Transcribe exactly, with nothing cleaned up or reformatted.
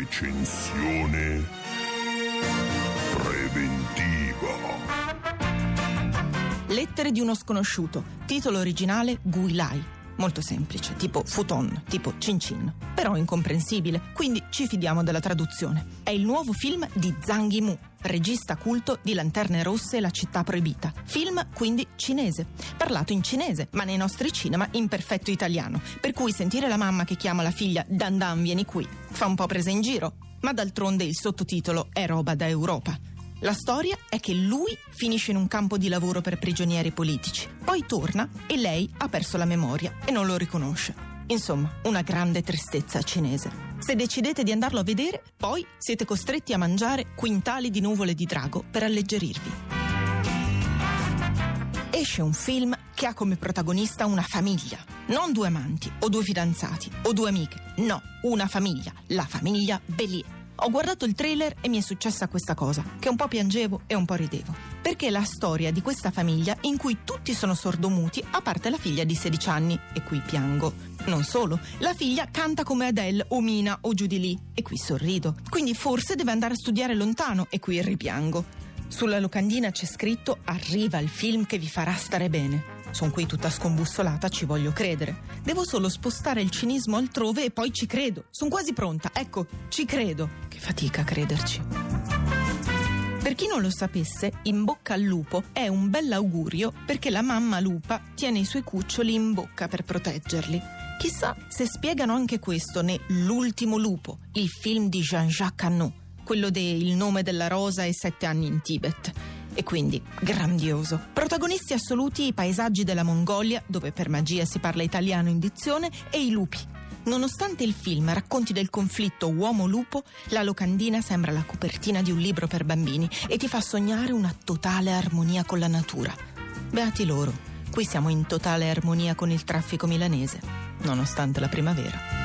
Recensione preventiva. Lettere di uno sconosciuto. Titolo originale Gui Lai. Molto semplice, tipo futon, tipo cin cin, però incomprensibile, quindi ci fidiamo della traduzione. È il nuovo film di Zhang Yimou, regista culto di Lanterne Rosse e La città proibita. Film quindi cinese, parlato in cinese, ma nei nostri cinema in perfetto italiano, per cui sentire la mamma che chiama la figlia Dan Dan vieni qui fa un po' presa in giro, ma d'altronde il sottotitolo è roba da Europa. La storia è che lui finisce in un campo di lavoro per prigionieri politici, poi torna e lei ha perso la memoria e non lo riconosce. Insomma, una grande tristezza cinese. Se decidete di andarlo a vedere, poi siete costretti a mangiare quintali di nuvole di drago per alleggerirvi. Esce un film che ha come protagonista una famiglia, non due amanti o due fidanzati o due amiche, no, una famiglia, la famiglia Bélier. Ho guardato il trailer e mi è successa questa cosa, che un po' piangevo e un po' ridevo. Perché è la storia di questa famiglia in cui tutti sono sordomuti, a parte la figlia di sedici anni, e qui piango. Non solo, la figlia canta come Adele o Mina o Judy Lee, e qui sorrido. Quindi forse deve andare a studiare lontano, e qui ripiango. Sulla locandina c'è scritto «Arriva il film che vi farà stare bene». Sono qui tutta scombussolata, ci voglio credere. Devo solo spostare il cinismo altrove e poi ci credo. Sono quasi pronta, ecco, ci credo. Che fatica a crederci. Per chi non lo sapesse, In bocca al lupo è un bell'augurio perché la mamma lupa tiene i suoi cuccioli in bocca per proteggerli. Chissà se spiegano anche questo ne L'ultimo lupo, il film di Jean-Jacques Annaud, quello de Il nome della rosa e Sette anni in Tibet. E quindi grandioso. Protagonisti assoluti i paesaggi della Mongolia, dove per magia si parla italiano in dizione, e i lupi. Nonostante il film racconti del conflitto uomo-lupo, la locandina sembra la copertina di un libro per bambini e ti fa sognare una totale armonia con la natura. Beati loro, qui siamo in totale armonia con il traffico milanese, nonostante la primavera.